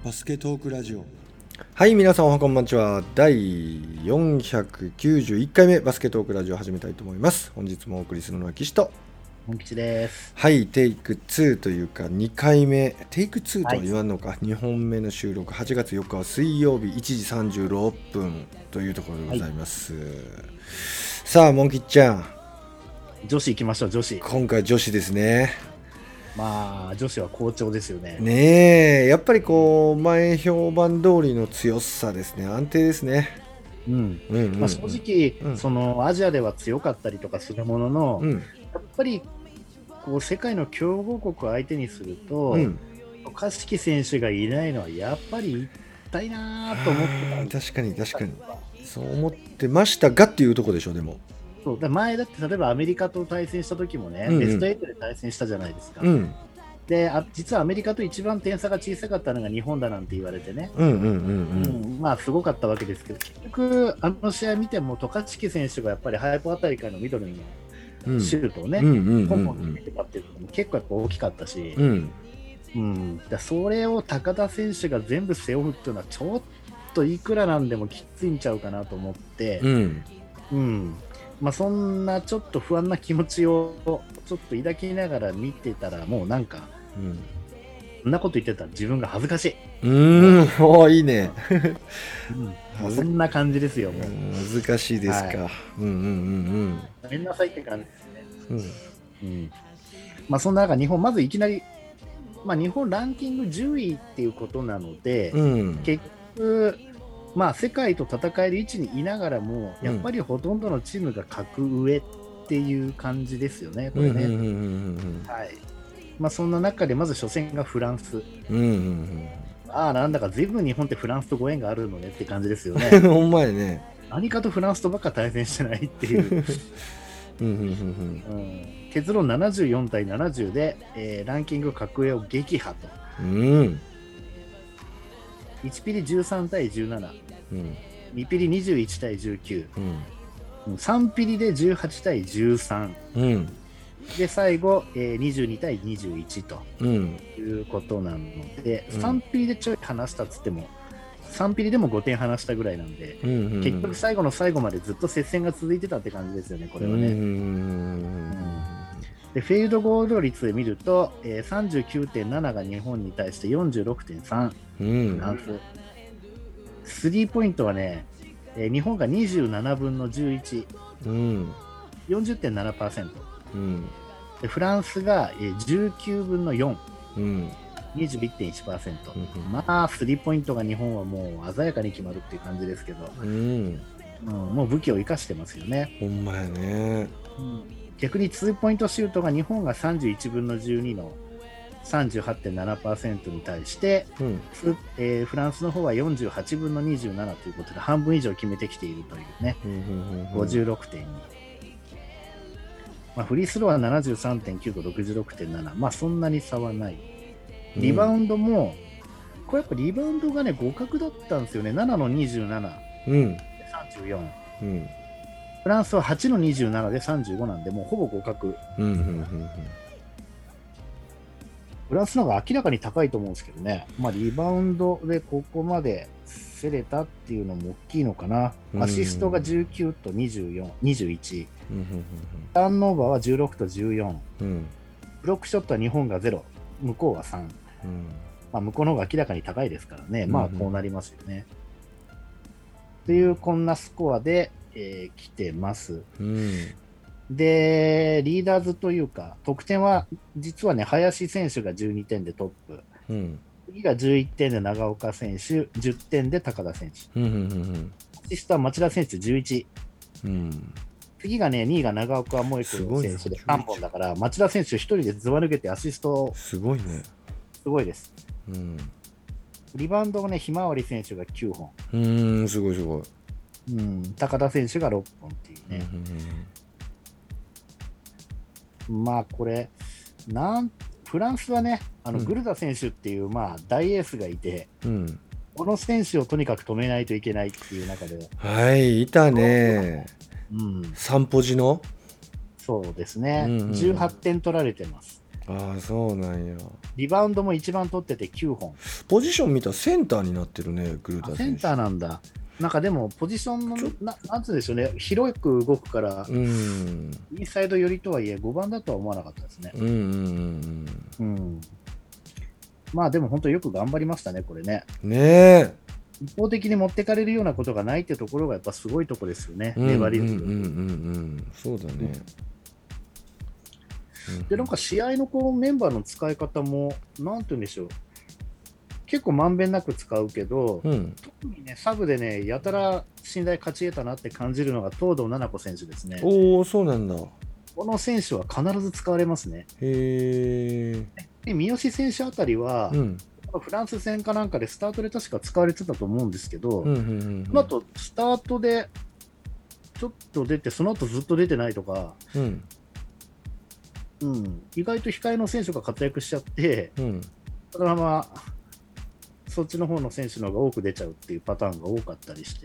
バスケトークラジオ。 はい、皆さんおはこんばんちは。第491回目バスケトークラジオを始めたいと思います。本日もお送りするのは岸と本吉です。 はい、テイク2というか2回目、テイク2とは言わんのか、 はい、 2本目の収録、8月4日は水曜日1時36分というところでございます、はい、さあモンキッちゃん、 女子行きましょう。女子、 今回女子ですね。 まあ女子は好調ですよね。 ねえ、やっぱりこう前評判通りの強さですね。安定ですね。 まあ、正直、そのアジアでは強かったりとかするものの、やっぱりこう世界の強豪国を相手にすると、渡嘉敷選手がいないのはやっぱり痛いなと思ってた。 確かにそう思ってましたがっていうところでしょう。でもそうだ、前だって例えばアメリカと対戦した時もね、ベスト8で対戦したじゃないですか。で、実はアメリカと一番点差が小さかったのが日本だなんて言われてね、まあすごかったわけですけど、結局あの試合見ても渡嘉敷選手がやっぱりハイポあたりからのミドルのシュートをね、ポンポン決めてたっていうのも結構やっぱ大きかったし、だそれを高田選手が全部背負うっていうのはちょっといくらなんでもきついんちゃうかなと思って、まあ、そんなちょっと不安な気持ちをちょっと抱きながら見てたら、もうなんか、そんなこと言ってたら自分が恥ずかしい。 おー、いいね。 そんな感じですよ。もう恥ずかしいですか。 ごめんなさいって感じですね。まあ、そんな中、日本、まずいきなり、まあ、日本ランキング10位っていうことなので、結局、まあ、世界と戦える位置にいながらも、やっぱりほとんどのチームが格上っていう感じですよね、これね。まあ、そんな中でまず初戦がフランス。なんだか随分日本ってフランスとご縁があるのねって感じですよね。 ほんまやね。 何かとフランスとばっか対戦してないっていう。結論74対70で、ランキング格上を撃破と。1ピリ13対17、2ピリ21対19、3ピリで18対13、で最後、22対21ということなので、3ピリでちょい離したっつっても3ピリでも5点離したぐらいなんで、結局最後の最後までずっと接戦が続いてたって感じですよね、これはね。でフィールドゴール率で見ると、39.7 が日本に対して 46.3 フランス。スリーポイントはね、日本が27分の11、40.7%、でフランスが19分の4、21.1%、まあスリーポイントが日本はもう鮮やかに決まるっていう感じですけど、もう武器を生かしてますよね。 ほんまやね。 逆にツーポイントシュートが日本が31分の12の 38.7% に対して、フランスの方は48分の27ということで半分以上決めてきているというね、56.2、まあ、フリースローは 73.9 と 66.7、まあそんなに差はない。リバウンドも、これやっぱリバウンドがね互角だったんですよね。7の27、34、フランスは8の27で35なんで、もうほぼ互角。フランスの方が明らかに高いと思うんですけどね。まあリバウンドでここまで競れたっていうのも大きいのかな。アシストが19と24、21。ターンオーバーは16と14。ブロックショットは日本が0、向こうは3。まあ向こうの方が明らかに高いですからね。まあこうなりますよね。っていうこんなスコアで来てます。で、リーダーズというか、得点は実はね、林選手が12点でトップ。次が11点で長岡選手、10点で高田選手。アシストは町田選手11。次がね、2位が長岡萌子選手で3本だから、町田選手1人でずば抜けてアシスト、 すごいね。 すごいです。リバウンドがね、ひまわり選手が9本。 すごい。 高田選手が6本っていうね。まあこれフランスはね、グルダ選手っていう、まあ、大エースがいて、この選手をとにかく止めないといけないっていう中で、 いたね。散歩時のそうですね、18点取られてます。 ああ、そうなんや。 リバウンドも一番取ってて9本。 ポジション見たらセンターになってるね、グルーター選手。 センターなんだ。なんかでも、ポジションの、なんつうんでしょうね、広く動くから、インサイド寄りとはいえ、5番だとは思わなかったですね。まあでも本当よく頑張りましたね、これね。 ねえ。 一方的に持ってかれるようなことがないってところがやっぱすごいところですよね、粘り強く。そうだね。 で、なんか試合のこうメンバーの使い方も、なんて言うんでしょう。結構まんべんなく使うけど、特にね、サブでね、やたら信頼勝ち得たなって感じるのが東藤七子選手ですね。 おお、そうなんだ。 この選手は必ず使われますね。 へえ。で、三好選手あたりは、フランス戦かなんかでスタートで確か使われてたと思うんですけど、その後スタートでちょっと出て、その後ずっと出てないとか、意外と控えの選手が活躍しちゃって、そのままそっちの方の選手の方が多く出ちゃうっていうパターンが多かったりして、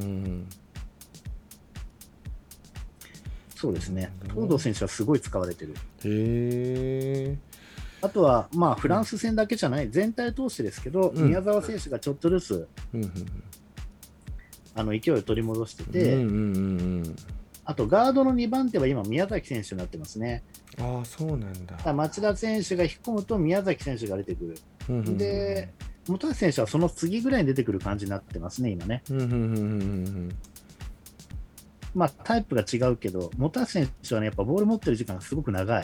そうですね、東藤選手はすごい使われてる。 へー。 あとは、まあ、フランス戦だけじゃない、全体通してですけど、宮澤選手がちょっとずつ、勢いを取り戻してて、あと、ガードの2番手は今、宮崎選手になってますね。 ああ、そうなんだ。 町田選手が引っ込むと、宮崎選手が出てくる。で、本橋選手はその次ぐらいに出てくる感じになってますね、今ね。まあ、タイプが違うけど、本橋選手はね、やっぱボール持ってる時間がすごく長い。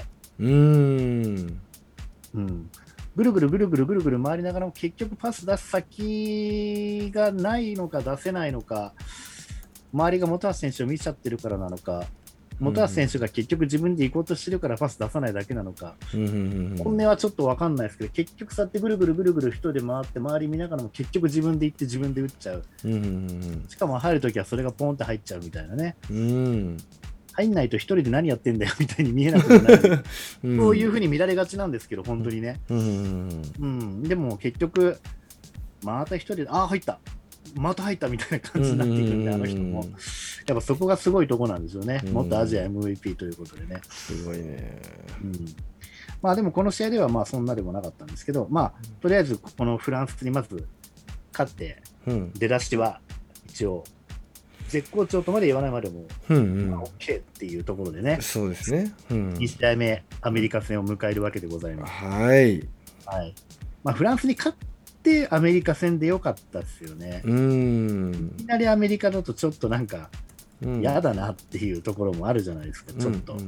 ぐるぐるぐるぐるぐるぐる回りながらも結局パス出す先がないのか出せないのか、周りが本橋選手を見ちゃってるからなのか、本橋選手が結局自分で行こうとしてるからパス出さないだけなのか、本音はちょっと分かんないですけど、結局そうやってぐるぐるぐるぐる一人で回って周り見ながらも結局自分で行って自分で打っちゃう。しかも入るときはそれがポンって入っちゃうみたいなね。入んないと一人で何やってんだよみたいに見えなくもないそういうふうに見られがちなんですけど、本当にね。でも結局、また一人で、入った、また入ったみたいな感じになっていくんで、あの人も。やっぱそこがすごいとこなんですよね。元アジア MVP ということでね。 すごいね。 まあでもこの試合ではまあそんなでもなかったんですけど、まあとりあえずこのフランスにまず勝って、出だしは一応、絶好調とまで言わないまでも、OK っていうところでね、 そうですね。 2試合目、アメリカ戦を迎えるわけでございます。 はい。 まあ、フランスに勝ってアメリカ戦で良かったですよね。いきなりアメリカだとちょっとなんか、嫌だなっていうところもあるじゃないですか、ちょっと。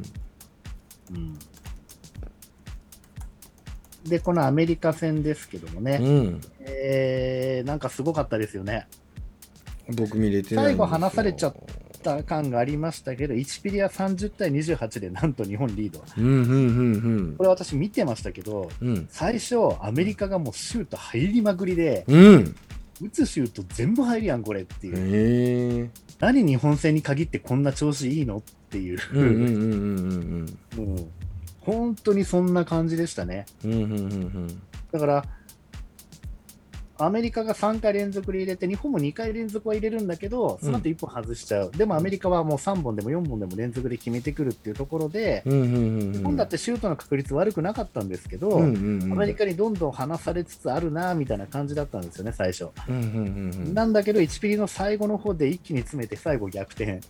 で、このアメリカ戦ですけどもね、なんかすごかったですよね。 僕見れてないんですよ。 最後離されちゃった感がありましたけど、1ピリは30対28でなんと日本リード。これ私見てましたけど、最初アメリカがもうシュート入りまくりで、打つシュート全部入るやんこれっていう。何日本戦に限ってこんな調子いいのっていう。本当にそんな感じでしたね。だからアメリカが3回連続で入れて、日本も2回連続は入れるんだけど、その後1本外しちゃう。でもアメリカはもう3本でも4本でも連続で決めてくるっていうところで、日本だってシュートの確率悪くなかったんですけど、アメリカにどんどん離されつつあるなみたいな感じだったんですよね、最初。なんだけど、1ピリの最後の方で一気に詰めて、最後逆転。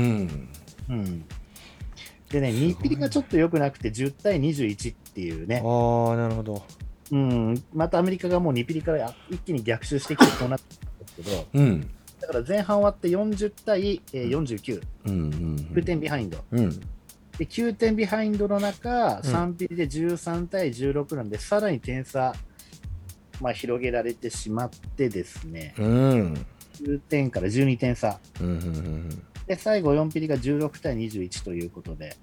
でね、2ピリがちょっと良くなくて、10対21っていうね。 なるほど。 またアメリカがもう2ピリから一気に逆襲してきてこうなったんですけど、だから前半終わって40対49、9点ビハインド、で9点ビハインドの中、3ピリで13対16なんで、さらに点差、広げられてしまってですね、9点から12点差、で最後4ピリが16対21ということで。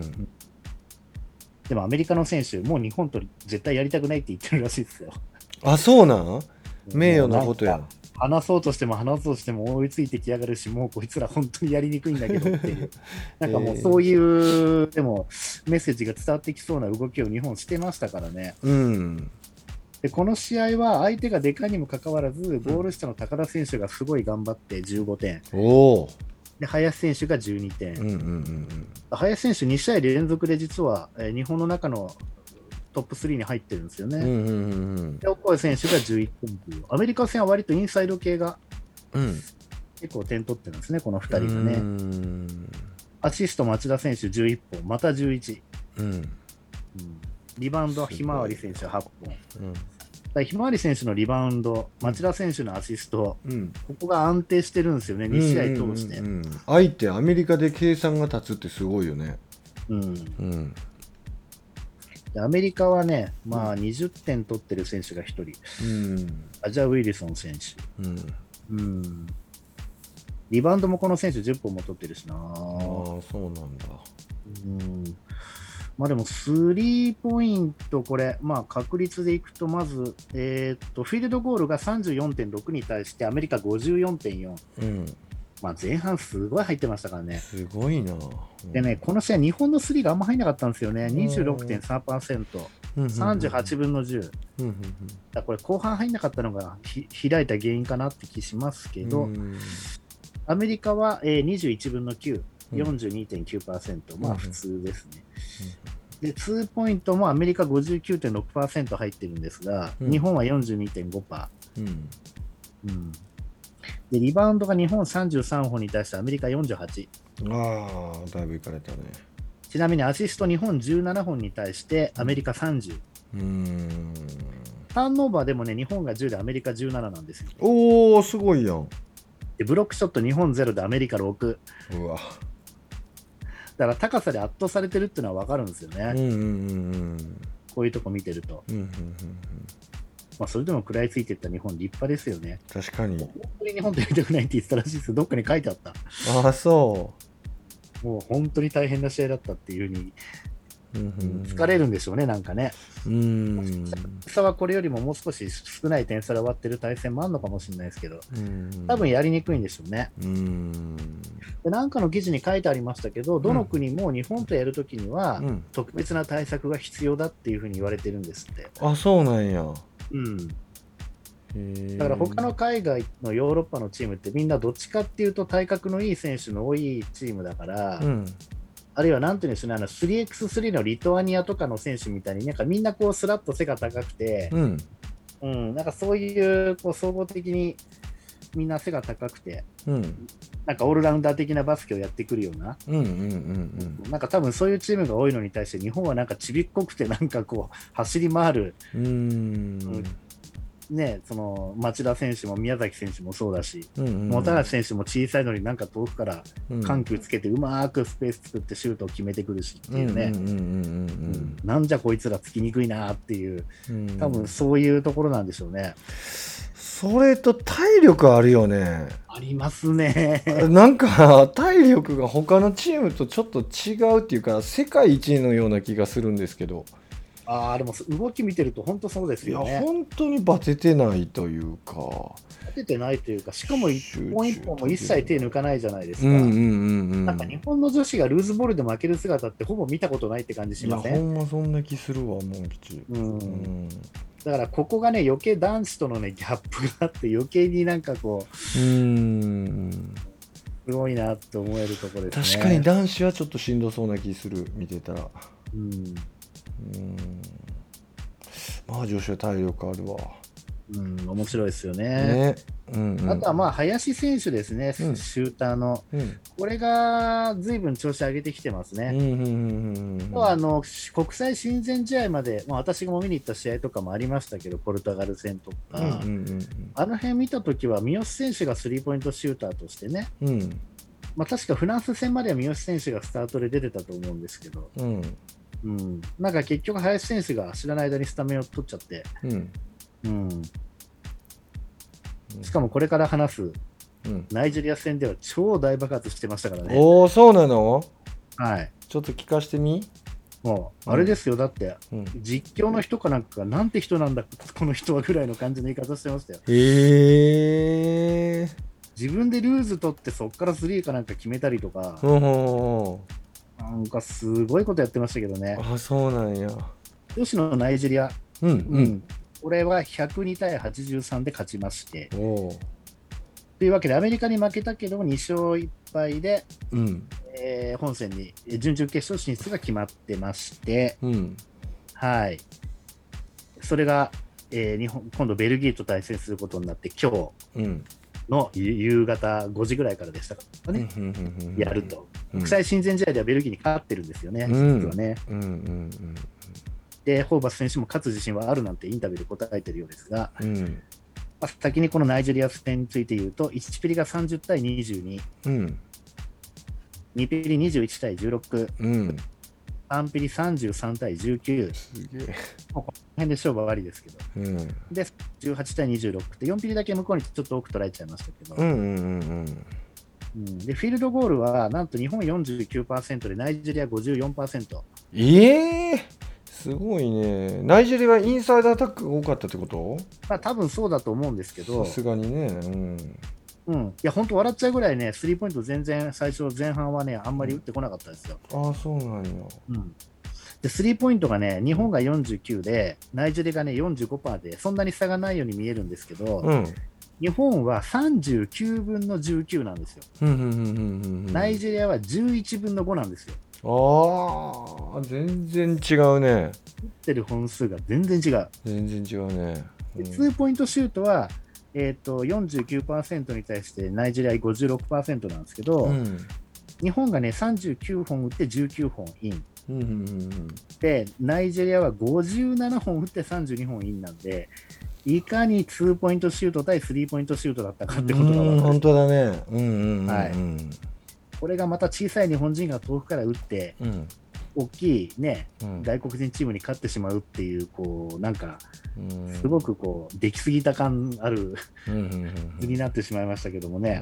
でもアメリカの選手、もう日本と絶対やりたくないって言ってるらしいですよ。 あ、そうなん？名誉なことや。 話そうとしても追いついてきやがるし、もうこいつら本当にやりにくいんだけどっていう、なんかもうそういう、でもメッセージが伝わってきそうな動きを日本してましたからね。でこの試合は相手がでかいにもかかわらず、ゴール下の高田選手がすごい頑張って15点。で林選手が12点、林選手2試合連続で実は、日本の中のトップ3に入ってるんですよね。でオコエ選手が11点という、アメリカ戦は割とインサイド系が結構点取ってるんですね、この2人がね。アシスト町田選手11本、また11、リバウンドはひまわり選手8本、ひまわり選手のリバウンド、町田選手のアシスト、ここが安定してるんですよね、2試合通して。 相手アメリカで計算が立つってすごいよね。 アメリカはね、まあ、20点取ってる選手が1人、アジャ・ウィルソン選手、リバウンドもこの選手10本も取ってるしな。 そうなんだ。 まあでもスリーポイント、これ、まあ、確率でいくと、まず、フィールドゴールが 34.6 に対してアメリカ 54.4、まあ、前半すごい入ってましたからね。 すごいな。 でね、この試合、日本のスリーがあんま入んなかったんですよね、26.3%、38分の10。だこれ、後半入んなかったのが開いた原因かなって気しますけど、アメリカは21分の9、42.9%、まあ普通ですね。で、2ポイントもアメリカ 59.6% 入ってるんですが、日本は 42.5%。で、リバウンドが日本33本に対してアメリカ48。 だいぶいかれたね。 ちなみにアシスト日本17本に対してアメリカ30。ターンオーバーでもね、日本が10でアメリカ17なんですよ。 おー、すごいやん。 で、ブロックショット日本0でアメリカ6。 うわ。 だから高さで圧倒されてるっていうのは分かるんですよね。こういうとこ見てると。まあ、それでも食らいついていった日本、立派ですよね。 確かに。 本当に日本とやりたくないって言ってたらしいですよ。どっかに書いてあった。 そう。 もう本当に大変な試合だったっていうふうに、疲れるんでしょうね、なんかね。差はこれよりももう少し少ない点差で終わってる対戦もあるのかもしれないですけど、多分やりにくいんでしょうね。でなんかの記事に書いてありましたけど、どの国も日本とやるときには、特別な対策が必要だっていうふうに言われてるんですって。 そうなんや。 だから他の海外のヨーロッパのチームってみんなどっちかっていうと体格のいい選手の多いチームだから、あるいはなんていうんでしょうね、3x3 のリトアニアとかの選手みたいになんかみんなこうスラッと背が高くて、なんかそういう、こう総合的にみんな背が高くて、なんかオールラウンダー的なバスケをやってくるような、なんか多分そういうチームが多いのに対して日本はなんかちびっこくてなんかこう走り回る、ね、その町田選手も宮崎選手もそうだし、本橋選手も小さいのになんか遠くから緩急つけてうまくスペース作ってシュートを決めてくるしっていうね、なんじゃこいつらつきにくいなっていう、多分そういうところなんでしょうね。 それと体力あるよね。 ありますね。 なんか体力が他のチームとちょっと違うっていうか、世界一のような気がするんですけど。 でも動き見てると本当そうですよね。 いや本当にバテてないというか、 バテてないというか、しかも一本一本も一切手抜かないじゃないですか。なんか日本の女子がルーズボールで負ける姿ってほぼ見たことないって感じしません？ いやほんまそんな気するわ、モン吉。 だからここがね、余計男子とのねギャップがあって余計になんかこうすごいなと思えるところですね。 確かに男子はちょっとしんどそうな気する、見てたら。まあ女子は体力あるわ。 面白いですよね。あとはまあ林選手ですね、シューターの、これが随分調子上げてきてますね。国際親善試合まで、私がも見に行った試合とかもありましたけど、ポルトガル戦とか、あの辺見たときは三好選手がスリーポイントシューターとしてね、確かフランス戦までは三好選手がスタートで出てたと思うんですけど、なんか結局林選手が知らない間にスタメンを取っちゃって、しかもこれから話すナイジェリア戦では超大爆発してましたからね。 そうなの？ はい。 ちょっと聞かしてみ。 もうあれですよ、だって、実況の人かなんかがなんて人なんだこの人はぐらいの感じの言い方してましたよ。自分でルーズ取ってそっからスリーかなんか決めたりとか、なんかすごいことやってましたけどね。 そうなんや。 女子のナイジェリア、これは102対83で勝ちまして、というわけでアメリカに負けたけど2勝1敗で、本戦に準々決勝進出が決まってまして、はい。 それが、今度ベルギーと対戦することになって、今日の夕方5時ぐらいからでしたかね、やると。国際親善試合ではベルギーに勝ってるんですよね、実はね。で、ホーバス選手も勝つ自信はあるなんてインタビューで答えてるようですが、先にこのナイジェリア戦について言うと、1ピリが30対22、2ピリ21対16、3ピリ33対19、この辺で勝負はありですけど、で18対26って4ピリだけ向こうにちょっと多く取られちゃいましたけど、でフィールドゴールはなんと日本 49% でナイジェリア 54%。 すごいね。ナイジェリアはインサイドアタックが多かったってこと？ 多分そうだと思うんですけど、 さすがにね。 いや本当笑っちゃうぐらいね、スリーポイント全然最初前半はねあんまり打ってこなかったですよ。 そうなんや。 でスリーポイントがね、日本が49でナイジェリアがね 45% で、そんなに差がないように見えるんですけど、日本は39分の19なんですよ。ナイジェリアは11分の5なんですよ。 全然違うね。 打ってる本数が全然違う。 全然違うね。 ツーポイントシュートは、49% に対してナイジェリア 56% なんですけど、日本がね39本打って19本イン。で、ナイジェリアは57本打って32本インなんで、いかにツーポイントシュート対スリーポイントシュートだったかってことが分かる。 本当だね。 これがまた小さい日本人が遠くから打って、大きいね、外国人チームに勝ってしまうっていう、こうなんかすごくこうできすぎた感ある図になってしまいましたけどもね。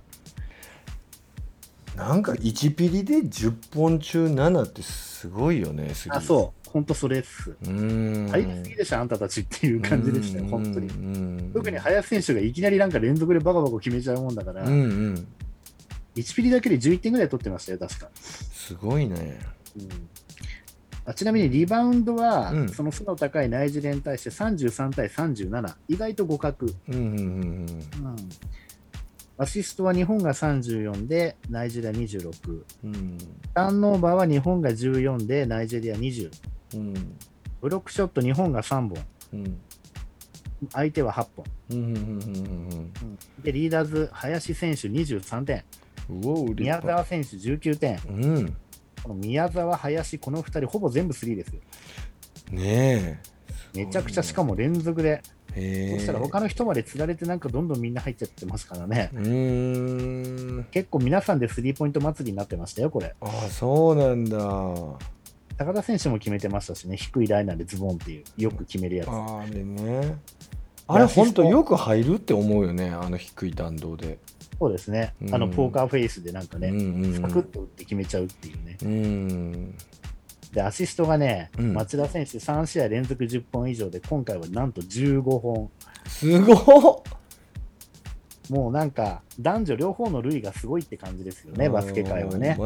なんか1ピリで10本中7ってすごいよね。 そう、本当それっす。入りすぎでしょあんたたちっていう感じでしたよ、本当に。特に林選手がいきなりなんか連続でバカバカ決めちゃうもんだから、1ピリだけで11点ぐらい取ってましたよ、確か。 すごいね。 ちなみにリバウンドは、その背の高いナイジェリアに対して33対37、意外と互角。アシストは日本が34でナイジェリア26、ターンオーバーは日本が14でナイジェリア20、ブロックショット日本が3本、相手は8本、でリーダーズ林選手23点、宮澤選手19点、この宮澤林この2人ほぼ全部スリーですよね。 めちゃくちゃ、しかも連続で。そしたら他の人まで釣られてなんかどんどんみんな入っちゃってますからね。結構皆さんでスリーポイント祭りになってましたよこれ。 そうなんだ。 高田選手も決めてましたしね、低いライナーでズボンっていうよく決めるやつ。 あれ本当よく入るって思うよね、あの低い弾道で。 そうですね、ポーカーフェイスでなんかね、サクッと打って決めちゃうっていうね。でアシストがね、町田選手3試合連続10本以上で、今回はなんと15本。 すごっ。 もうなんか男女両方の類がすごいって感じですよね、バスケ界はね。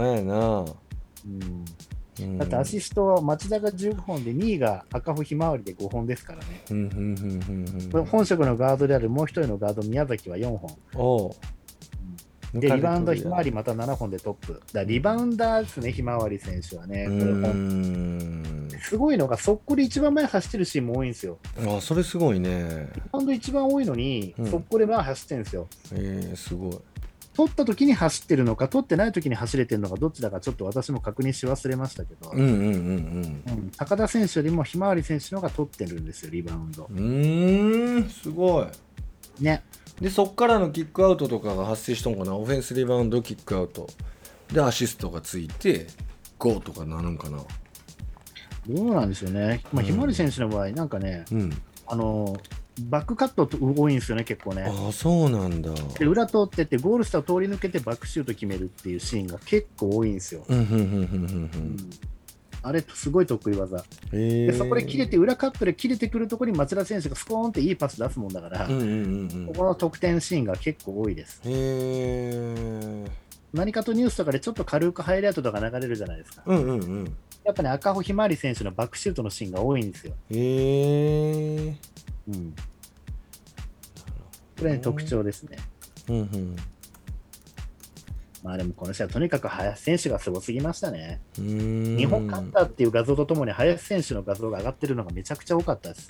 だってアシストは町田が15本で2位が赤穂ひまわりで5本ですからね。本職のガードであるもう一人のガード宮崎は4本で、リバウンドひまわりまた7本でトップだ。リバウンダーですね、ひまわり選手はね。これすごいのが速攻で一番前走ってるシーンも多いんですよ。 それすごいね。 リバウンド一番多いのに速攻で前走ってるんですよ。 すごい。 取った時に走ってるのか取ってない時に走れてるのかどっちだかちょっと私も確認し忘れましたけど、高田選手よりもひまわり選手の方が取ってるんですよ、リバウンド。 すごいね。 でそっからのキックアウトとかが発生したのかな。オフェンスリバウンドキックアウトでアシストがついて5とかなるんかな。 どうなんでしょうね。ひまわり選手の場合なんかね、バックカット多いんですよね、結構ね。 そうなんだ。 で裏通ってってゴール下を通り抜けてバックシュート決めるっていうシーンが結構多いんですよ。あれすごい得意技。でそこで切れて裏カットで切れてくるところに町田選手がスコーンっていいパス出すもんだから、ここの得点シーンが結構多いです。何かとニュースとかでちょっと軽くハイライトとか流れるじゃないですか。やっぱね、赤穂ひまわり選手のバックシュートのシーンが多いんですよ。これ、ね、特徴ですね。 まあでもこの試合はとにかく林選手がすごすぎましたね。日本勝ったっていう画像とともに林選手の画像が上がってるのがめちゃくちゃ多かったです。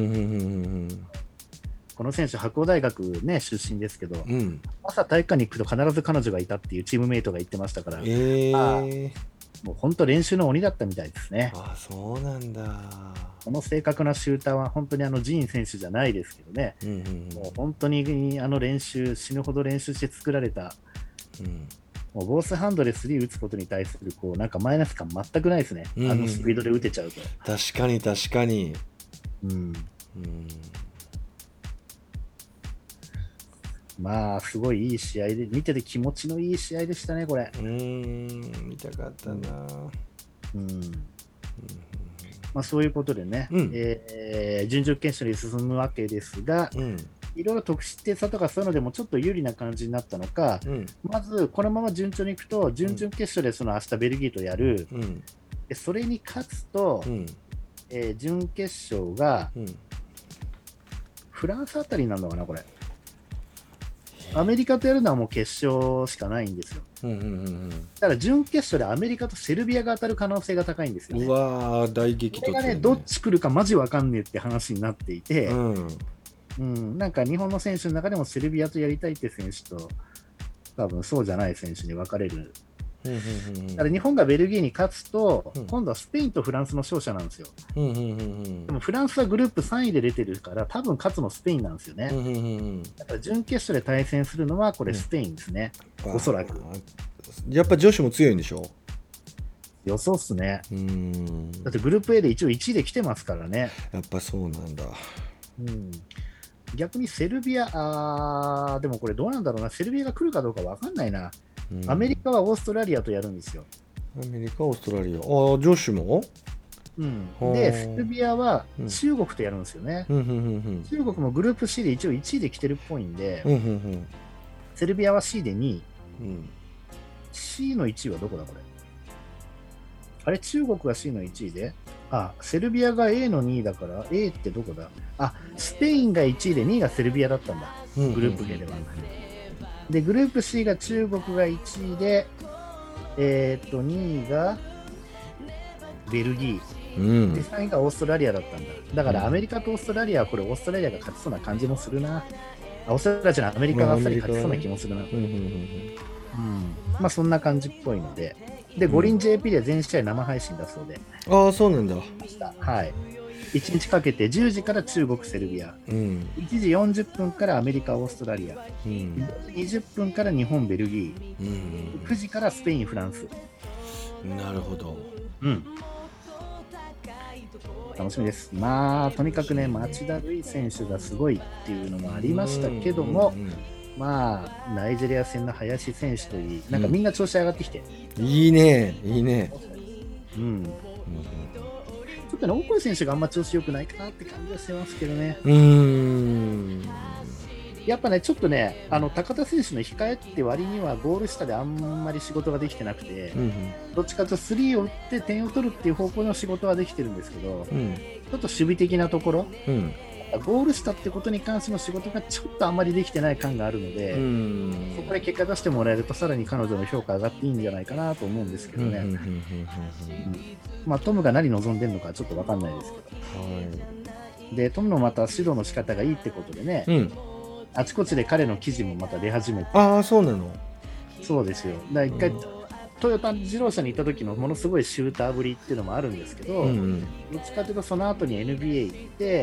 この選手、白鴎大学、ね、出身ですけど、朝体育館に行くと必ず彼女がいたっていうチームメイトが言ってましたから、もう本当練習の鬼だったみたいですね。 あ、そうなんだ。 この正確なシューターは本当にジーン選手じゃないですけどね、もう本当に練習、死ぬほど練習して作られた、もうボースハンドでスリー打つことに対するなんかマイナス感全くないですね、スピードで打てちゃうと。 確かに確かに。 まあすごいいい試合で、見てて気持ちのいい試合でしたね、これ。 見たかったな。 まあ、そういうことでね、準々決勝に進むわけですが、いろいろ得失点差とかそういうのでもちょっと有利な感じになったのか、まずこのまま順調にいくと、準々決勝で明日ベルギーとやる、でそれに勝つと、準決勝が、フランスあたりになるのかな、これ。アメリカとやるのはもう決勝しかないんですよ。だから準決勝でアメリカとセルビアが当たる可能性が高いんですよね。 うわー、大激突、ね。 これがね、どっち来るかマジわかんねえって話になっていて、なんか日本の選手の中でもセルビアとやりたいって選手と、多分そうじゃない選手に分かれる。だから日本がベルギーに勝つと、今度はスペインとフランスの勝者なんですよ。でもフランスはグループ3位で出てるから、多分勝つのスペインなんですよね。だから準決勝で対戦するのはこれスペインですね、おそらく。 やっぱ女子も強いんでしょ。 予想っすね。だってグループ A で一応1位で来てますからね。 やっぱそうなんだ。 逆にセルビア、でもこれどうなんだろうな、セルビアが来るかどうか分かんないな。アメリカはオーストラリアとやるんですよ。 アメリカ、オーストラリア。女子もで、セルビアは中国とやるんですよね。中国もグループ C で一応1位で来てるっぽいんで、セルビアは C で2位。C の1位はどこだ、これ。あれ、中国が C の1位で、セルビアが A の2位だから、A ってどこだ。スペインが1位で2位がセルビアだったんだ。グループ A では。で、グループ C が中国が1位で、2位がベルギー、で3位がオーストラリアだったんだ。だからアメリカとオーストラリアはこれオーストラリアが勝ちそうな感じもするな。オーストラリアじゃない、アメリカが勝ちそうな気もするな。まあそんな感じっぽいので。で、五輪 JP で全試合生配信だそうで。 そうなんだ。 はい。1日かけて10時から中国、セルビア、1時40分からアメリカ、オーストラリア、20分から日本、ベルギー、9時からスペイン、フランス。 なるほど。 楽しみです。まあ、とにかくね、町田瑠唯選手がすごいっていうのもありましたけども、まあ、ナイジェリア戦の林選手といい、なんかみんな調子上がってきて。 いいね、いいね。 ちょっとね、大越選手があんま調子良くないかなって感じはしてますけどね。やっぱね、ちょっとね、高田選手の控えって割にはゴール下であんまり仕事ができてなくて、どっちかというとスリーを打って点を取るっていう方向の仕事はできてるんですけど、ちょっと守備的なところ、ゴール下ってことに関しての仕事がちょっとあんまりできてない感があるので、そこで結果出してもらえるとさらに彼女の評価上がっていいんじゃないかなと思うんですけどね。まあトムが何望んでるのかちょっと分かんないですけど、でトムのまた指導の仕方がいいってことでね、あちこちで彼の記事もまた出始めて。 そうなの。 そうですよ。だから一回、トヨタ自動車に行った時のものすごいシューターぶりっていうのもあるんですけど、どっちかというとその後に NBA 行って、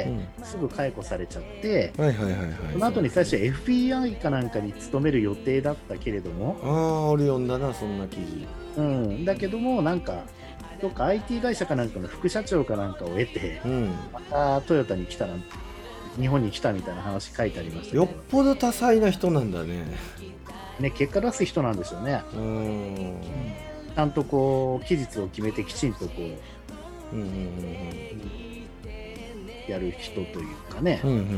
すぐ解雇されちゃって、その後に最初 FBI かなんかに勤める予定だったけれども、 俺読んだな、そんな記事。 だけどもなんかどっか IT 会社かなんかの副社長かなんかを得て、またトヨタに来たら日本に来たみたいな話書いてありましたけど、 よっぽど多彩な人なんだね。 結果出す人なんでしょうね。ちゃんとこう期日を決めてきちんとこう、やる人というかね。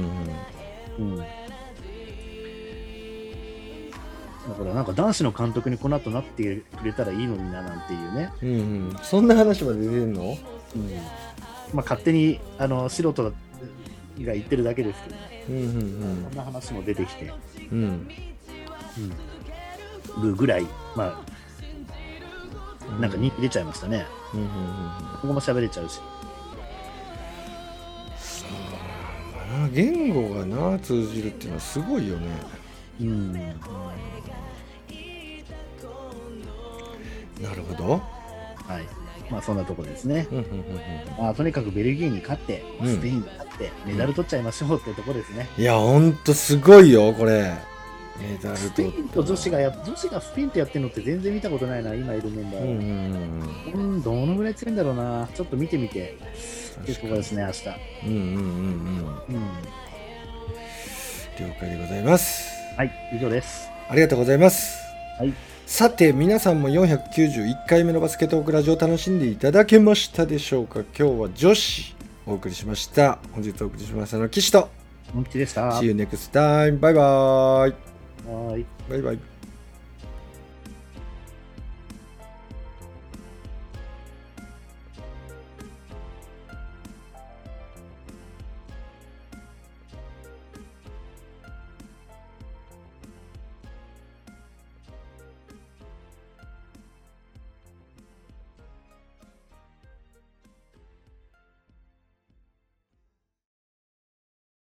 だからなんか男子の監督にこの後なってくれたらいいのにななんていうね。 そんな話まで出てるの？ まあ勝手に素人が言ってるだけですけど、そんな話も出てきて。 るぐらい、まあ、なんか人気出ちゃいましたね。ここも喋れちゃうし。 言語がな通じるっていうのはすごいよね。なるほど。 はい。まあそんなところですね。まあとにかくベルギーに勝って、スペインに勝って、メダル取っちゃいましょうってところですね。 いやほんとすごいよこれ。メダルスペインと女子がスピンってやってるのって全然見たことないな、今いるメンバー。どのぐらい強いんだろうな、ちょっと見てみて。っていうところですね、明日。 了解でございます。 はい、以上です。 ありがとうございます。 はい。 さて皆さんも491回目のバスケットークラジオ楽しんでいただけましたでしょうか。今日は女子お送りしました。本日お送りしましたのは岸と本気でした。 See you next time. バイバイ。 はい。 バイバイ。